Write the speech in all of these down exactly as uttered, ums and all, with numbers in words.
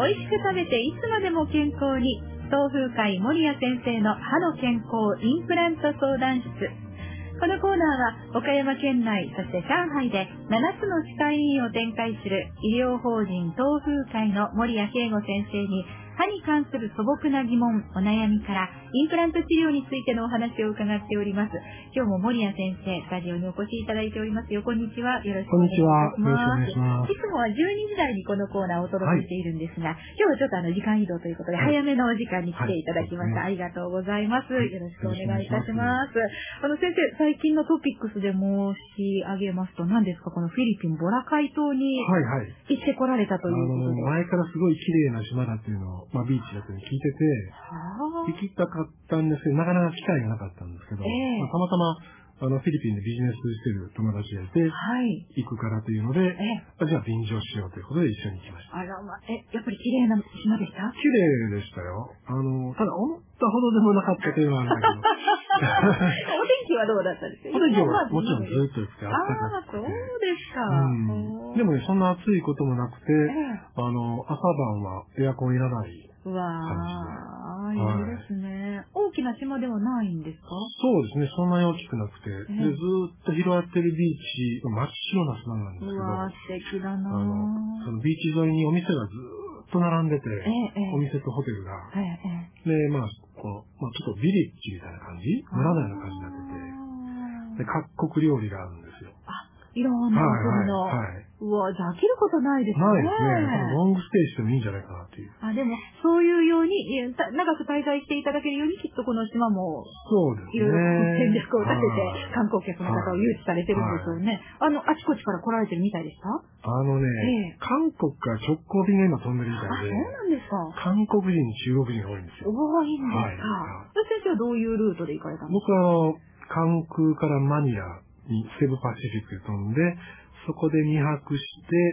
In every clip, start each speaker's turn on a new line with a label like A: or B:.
A: 美味しく食べていつまでも健康に、東風会守谷先生の歯の健康インプラント相談室。このコーナーは岡山県内、そして上海でななつの歯科医院を展開する医療法人東風会の守谷慶吾先生に、歯に関する素朴な疑問、お悩みからインプラント治療についてのお話を伺っております。今日も守谷先生、スタジオにお越しいただいておりますよ。こんにちは。よろしくお願いします。
B: こんにちは。よろしくお願いします。
A: いつもはじゅうにじ台にこのコーナーをお届けしているんですが、はい、今日はちょっとあの時間移動ということで、早めのお時間に来ていただきました。はいはい、ありがとうございます。よろしくお願いいたします。あの先生、最近のトピックスで申し上げますと、何ですか、このフィリピンボラカイ島に行ってこられたということで。
B: はいはい、あの前からすごい綺麗な島だっていうのを、まあ、ビーチだというのを聞いてて、行きたかったんですけど、なかなか機会がなかったんですけど、えーまあ、たまたまあのフィリピンでビジネスしてる友達がいて、はい、行くからというので、えー、じゃあ便乗しようということで一緒に行きました。
A: あらま、え、やっぱり綺麗な島でした？
B: 綺麗でしたよ。あの、ただ思ったほどでもなかったというのはあるんだけど。
A: お天気はどうだったんですか？
B: お天気はもちろんずっとですけど、
A: ああ、そうですか。
B: うん、でもね、そんな暑いこともなくて、えー、あの、朝晩はエアコンいらない。
A: うわあ、いいですね、はい。大きな島ではないんですか？
B: そうですね、そんなに大きくなくて、えー、でずーっと広がってるビーチ、真っ白な島なんですけど、
A: うわー、素敵だな。
B: あの、そのビーチ沿いにお店がずーっと並んでて、えー、お店とホテルが、えー、で、まあ、こう、まあ、ちょっとビレッジみたいな感じ、村のような感じになってて、で、各国料理があるんですよ。
A: いろんな国の、はいはいはい、うわ、じゃあ飽きることないですね。
B: ないですね。ロングステイしてもいいんじゃないかなっていう。
A: あ、でも、そういうように、長く滞在していただけるように、きっとこの島も、
B: そうですね。
A: いろいろ戦略を立てて、観光客の方を誘致されてるんですよね。あの、あちこちから来られてるみたいでした？
B: あのね、えー、韓国から直行便が今飛んでるみたいで。
A: あ、そうなんですか。
B: 韓国人、中国人が多いんですよ。
A: 多いんですか。はい、先生はどういうルートで行かれたんですか？
B: 僕は、関空からマニラにセブパシフィックで飛んで、そこでにはくして、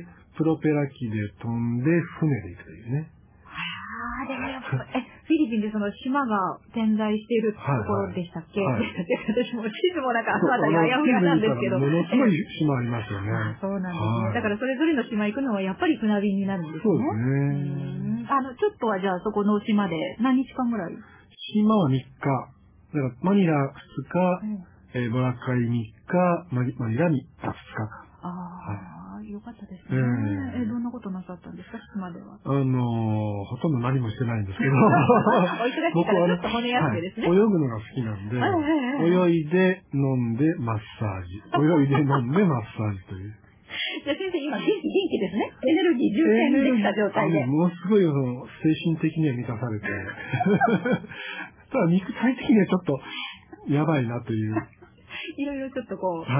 B: プロペラ機で飛んで、船で行くというね。
A: ああ、でもやっぱ、え、フィリピンでその島が点在しているところでしたっけ？はいはい、私も地図もなんかあの辺りあやふやなんですけど。
B: ものすごい島ありますよね。
A: そうなんですね。だからそれぞれの島行くのはやっぱり船便になるんですね。
B: そうですね。
A: あの、ちょっとはじゃあそこの島で何日間ぐらい？
B: 島はみっか。だからマニラふつか、うん、えー、ボラカイみっか、マニラにふつかか。
A: ああ、はい、よかったですね。えー、えー、どんなことなさったんですか、島では。
B: あのー、ほとんど何もしてないんですけど。
A: お忙しいからちょっと骨休めですね、
B: はい。泳ぐのが好きなんで、泳いで飲んでマッサージ。泳いで飲んでマッサージという。
A: じゃあ先生、今元気、元気ですね。エネルギー充填できた状態で。
B: ものすごいあの精神的には満たされて。ただ肉体的にはちょっとやばいなという。
A: いろいろちょっとこう、はい、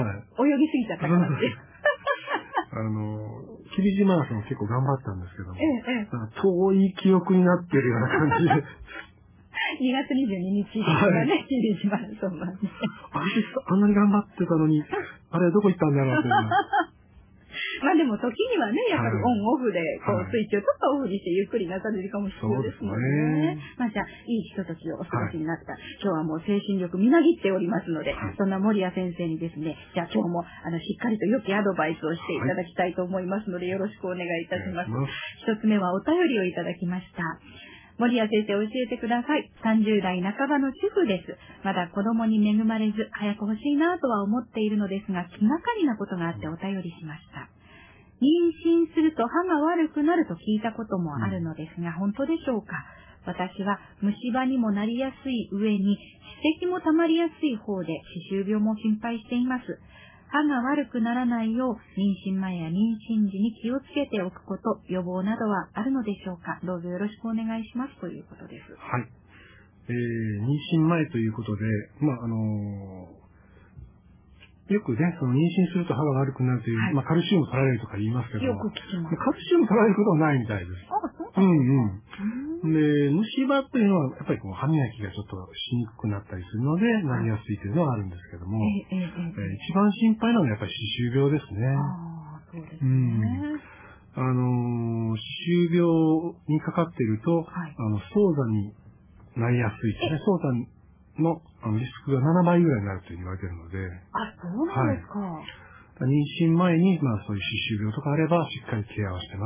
A: 泳ぎすぎちゃったかなって。
B: あの、キリジマラソン結構頑張ったんですけども、
A: ええ、
B: 遠い記憶になってるような感じで。
A: にがつにじゅうににちですからね、キリジマラソンはね。
B: あれ、あんなに頑張ってたのに、あれどこ行ったんだろうというのは。
A: まあでも時にはね、やっぱりオンオフで、こう、スイッチをちょっとオフにしてゆっくりなされるかもしれないですもんね。ね、まあじゃあ、いいひとときをお過ごしになった。はい、今日はもう精神力みなぎっておりますので、はい、そんな守谷先生にですね、じゃあ今日も、あの、しっかりと良きアドバイスをしていただきたいと思いますので、よろしくお願いいたします。一、はい、つ目はお便りをいただきました。守谷先生、教えてください。さんじゅう代半ばの主婦です。まだ子供に恵まれず、早く欲しいなとは思っているのですが、気がかりなことがあってお便りしました。妊娠すると歯が悪くなると聞いたこともあるのですが、本当でしょうか？私は虫歯にもなりやすい上に、歯石もたまりやすい方で、歯周病も心配しています。歯が悪くならないよう、妊娠前や妊娠時に気をつけておくこと、予防などはあるのでしょうか？どうぞよろしくお願いしますということです。
B: はい。えー、妊娠前ということで、まあ、あのー、よくね、その妊娠すると歯が悪くなるという、はい、まあカルシウム取られるとか言いますけど、
A: よく聞きます。
B: カルシウム取られることはないみたいです。
A: あ、そうなんですか。うんうん。
B: で、虫歯というのは、やっぱりこう歯磨きがちょっとしにくくなったりするので、なりやすいというのはあるんですけども、えええええ一番心配なのはやっぱり歯周病ですね。
A: ああ、そうですね。
B: うんあのー、歯周病にかかっていると、はい、あの、早産になりやすいですね。早産のあのリスクがななばいぐらいになるというふうに言われているので。
A: あ、そうなんですか。
B: はい、妊娠前に、まあそういう歯周病とかあれば、しっかりケアをしてもらう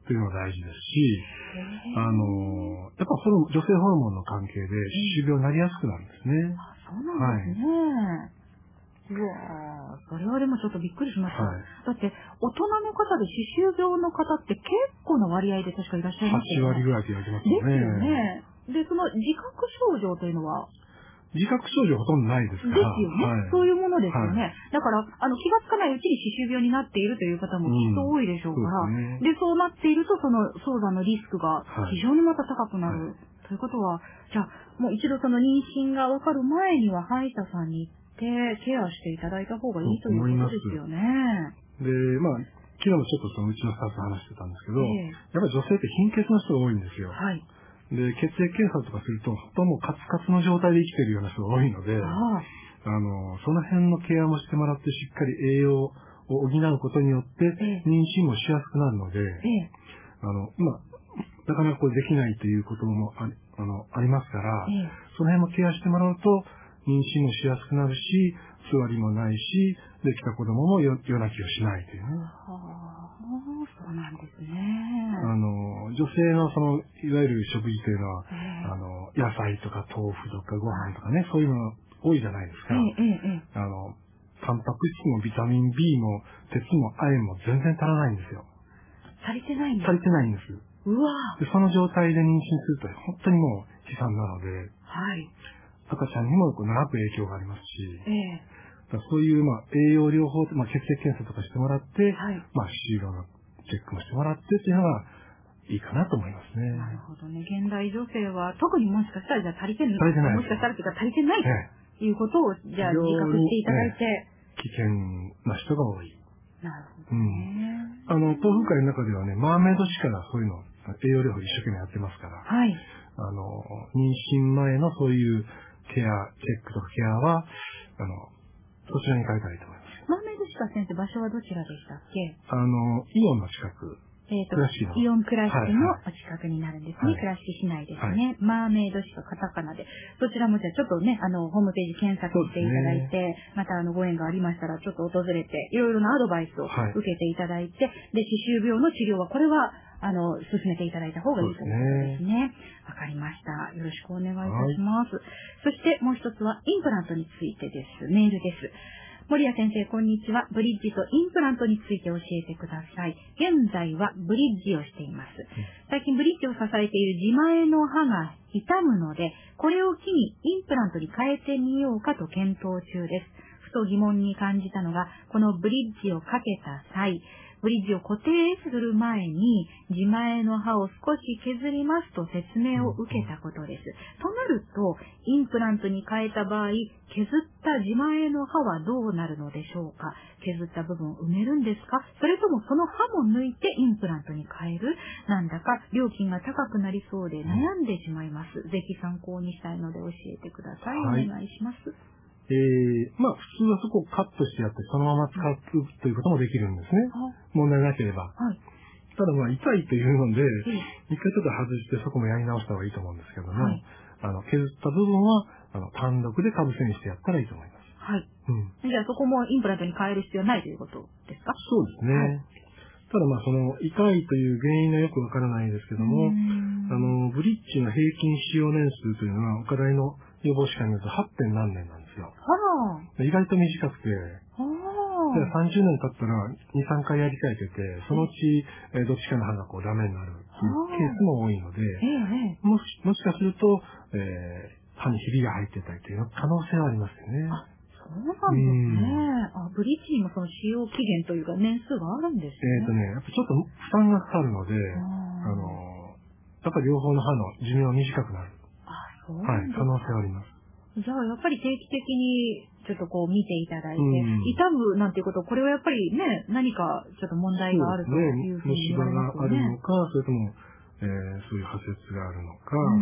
B: というのが大事ですし、あの、やっぱホルモン、女性ホルモンの関係で歯周病になりやすくなるんですね。
A: あ、そうなんですね。うわぁ、それはでもちょっとびっくりしました。はい、だって、大人の方で歯周病の方って結構な割合で確かいらっしゃいますよね。
B: はち割ぐらいって言われてますよね。
A: ですよね。で、その自覚症状というのは
B: 自覚症状ほとんどないですから。
A: ですよね。はい、そういうものですよね。はい、だから、あの、気がつかないうちに歯周病になっているという方もきっと多いでしょうから、うん、そうですね、で、そうなっていると、その、早産のリスクが非常にまた高くなる。はい、ということは、じゃあ、もう一度その妊娠がわかる前には歯医者さんに行ってケアしていただいた方がいいということですよね。
B: で、まあ、昨日もちょっとそのうちのスタッフ話してたんですけど、えー、やっぱり女性って貧血の人が多いんですよ。はい。で、血液検査とかすると、ほとんどカツカツの状態で生きてるような人が多いので、ああの、その辺のケアもしてもらって、しっかり栄養を補うことによって、妊娠もしやすくなるので、ええ、あの、まあ、なかなかこれできないということもああのありますから、ええ、その辺もケアしてもらうと、妊娠もしやすくなるし、座りもないし、できた子供も夜泣きをしないというね。
A: はあ、そうなんですね。
B: あの、女性のその、いわゆる食事というのは、えー、あの、野菜とか豆腐とかご飯とかね、そういうの多いじゃないですか。えーえー、あの、タンパク質もビタミン B も鉄も亜鉛も全然足らないんですよ。
A: 足りてないんですか？
B: 足りてないんです。
A: うわ
B: で、その状態で妊娠すると本当にもう悲惨なので、はい。赤ちゃんにもこう長く影響がありますし、えー、だそういう、まあ、栄養療法、まあ、血液検査とかしてもらって、はい、まあ、歯周病のチェックもしてもらってっていうのがいいかなと思いますね。
A: なるほどね。現代女性は特にもしかしたらじゃあ足りてる
B: 足りてない。
A: もしかしたらというか足りてないということを、じゃあ自覚していただいて。
B: ね、危険な人が多い。
A: なるほどね。
B: うん、あの、豆腐界の中ではね、マーメイド氏からそういうの、栄養療法一生懸命やってますから、はい。あの、妊娠前のそういうケア、チェックとかケアは、あの、そちらに変えたらいいと思います。
A: マーメイドシカ先生、場所はどちらでしたっけ？
B: あの、イオンの近く。
A: えっと、イオン倉敷のお近くになるんですね。はい、倉敷市内ですね。はい、マーメイドシカカタカナで。そちらもじゃあちょっとね、あの、ホームページ検索していただいて、ね、またあの、ご縁がありましたら、ちょっと訪れて、いろいろなアドバイスを受けていただいて、はい、で、歯周病の治療は、これは、あの、進めていただいた方がいいということですね。わかりました。よろしくお願いいたします。はい、そしてもう一つは、インプラントについてです。メールです。森谷先生、こんにちは。ブリッジとインプラントについて教えてください。現在はブリッジをしています。最近ブリッジを支えている自前の歯が痛むので、これを機にインプラントに変えてみようかと検討中です。ふと疑問に感じたのが、このブリッジをかけた際、ブリッジを固定する前に自前の歯を少し削りますと説明を受けたことです。となると、インプラントに変えた場合、削った自前の歯はどうなるのでしょうか？削った部分を埋めるんですか？それともその歯も抜いてインプラントに変える？なんだか料金が高くなりそうで悩んでしまいます。ぜひ参考にしたいので教えてください。はい、お願いします。
B: えー、まあ普通はそこをカットしてやってそのまま使うということもできるんですね。問題なければ。はい、ただまあ痛いというので、一回ちょっと外してそこもやり直した方がいいと思うんですけども、はい、あの削った部分はあの単独でかぶせにしてやったらいいと思います。はい。
A: うん、じゃあそこもインプラントに変える必要ないということですか？
B: そうですね。はい、ただまあその痛いという原因がよくわからないですけども、あのブリッジの平均使用年数というのは岡大の予防歯科によると はってんなんねんなんですよ。はあ、意外と短くて、はあ、さんじゅうねん経ったらに、さんかいやり替えてて、そのうち、えー、どっちかの歯がこうダメになるケースも多いので、ええ、もし、もしかすると、えー、歯にひびが入ってたりという可能性はありますよね。
A: あ、そうなんですね。あ、ブリッジにもその使用期限というか年数があるんですね。
B: えっとね、やっぱちょっと負担がかかるので、あの、やっぱり両方の歯の寿命が短くなる。
A: そうなんですか。
B: はい、可能性はあります。
A: じゃあ、やっぱり定期的にちょっとこう見ていただいて、うん、痛むなんていうこと、これはやっぱりね、何かちょっと問題があるというふうに言われますよね。
B: 虫歯があるのか、それとも、えー、そういう破切があるのか、うん、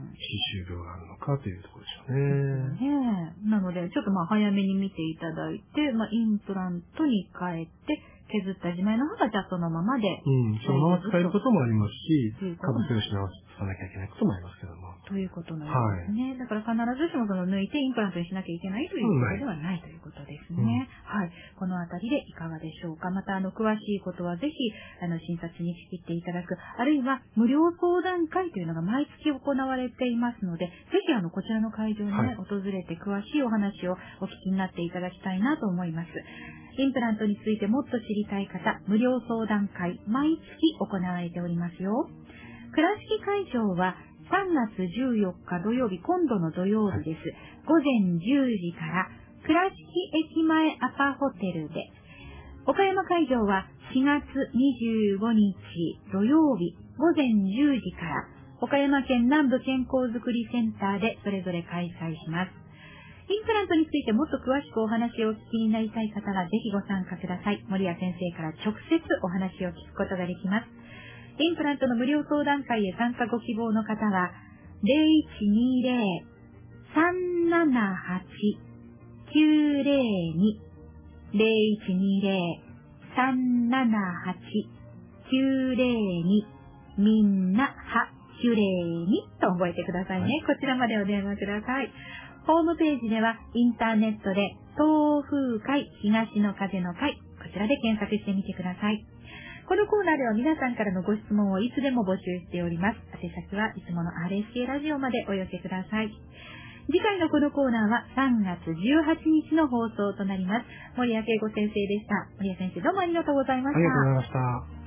B: 歯周病があるのかというところでしょうね。
A: ねえ。なので、ちょっとまあ早めに見ていただいて、まあインプラントに変えて、 削った自前の歯がじゃあそのままで。
B: うん、そのまま使えることもありますし、かぶせをし直さなきゃいけないこともありますけども。
A: ということなんですね。はい、だから必ずしもその抜いてインプラントにしなきゃいけないということではないということですね。うん、はい。このあたりでいかがでしょうか。また、あの、詳しいことはぜひ、あの、診察に行っていただく、あるいは無料相談会というのが毎月行われていますので、ぜひあの、こちらの会場にね、はい、訪れて詳しいお話をお聞きになっていただきたいなと思います。インプラントについてもっと知りたい方、無料相談会、毎月行われておりますよ。倉敷会場はさんがつじゅうよっか土曜日、今度の土曜日です。午前じゅうじから倉敷駅前アパホテルで、岡山会場はしがつにじゅうごにち土曜日、午前じゅうじから岡山県南部健康づくりセンターでそれぞれ開催します。インプラントについてもっと詳しくお話をお聞きになりたい方はぜひご参加ください。森谷先生から直接お話を聞くことができます。インプラントの無料相談会へ参加ご希望の方は ゼロいちにゼロ さんななはち きゅうゼロに ゼロいちにゼロ さんななはち きゅうゼロにみんなはきゅうゼロにと覚えてくださいね。はい、こちらまでお電話ください。ホームページではインターネットで東風会東の風の会、こちらで検索してみてください。このコーナーでは皆さんからのご質問をいつでも募集しております。宛先はいつもの アールエスケー ラジオまでお寄せください。次回のこのコーナーはさんがつじゅうはちにちの放送となります。森谷恵子先生でした。森谷先生どうもありがとうございました。
B: ありがとうございました。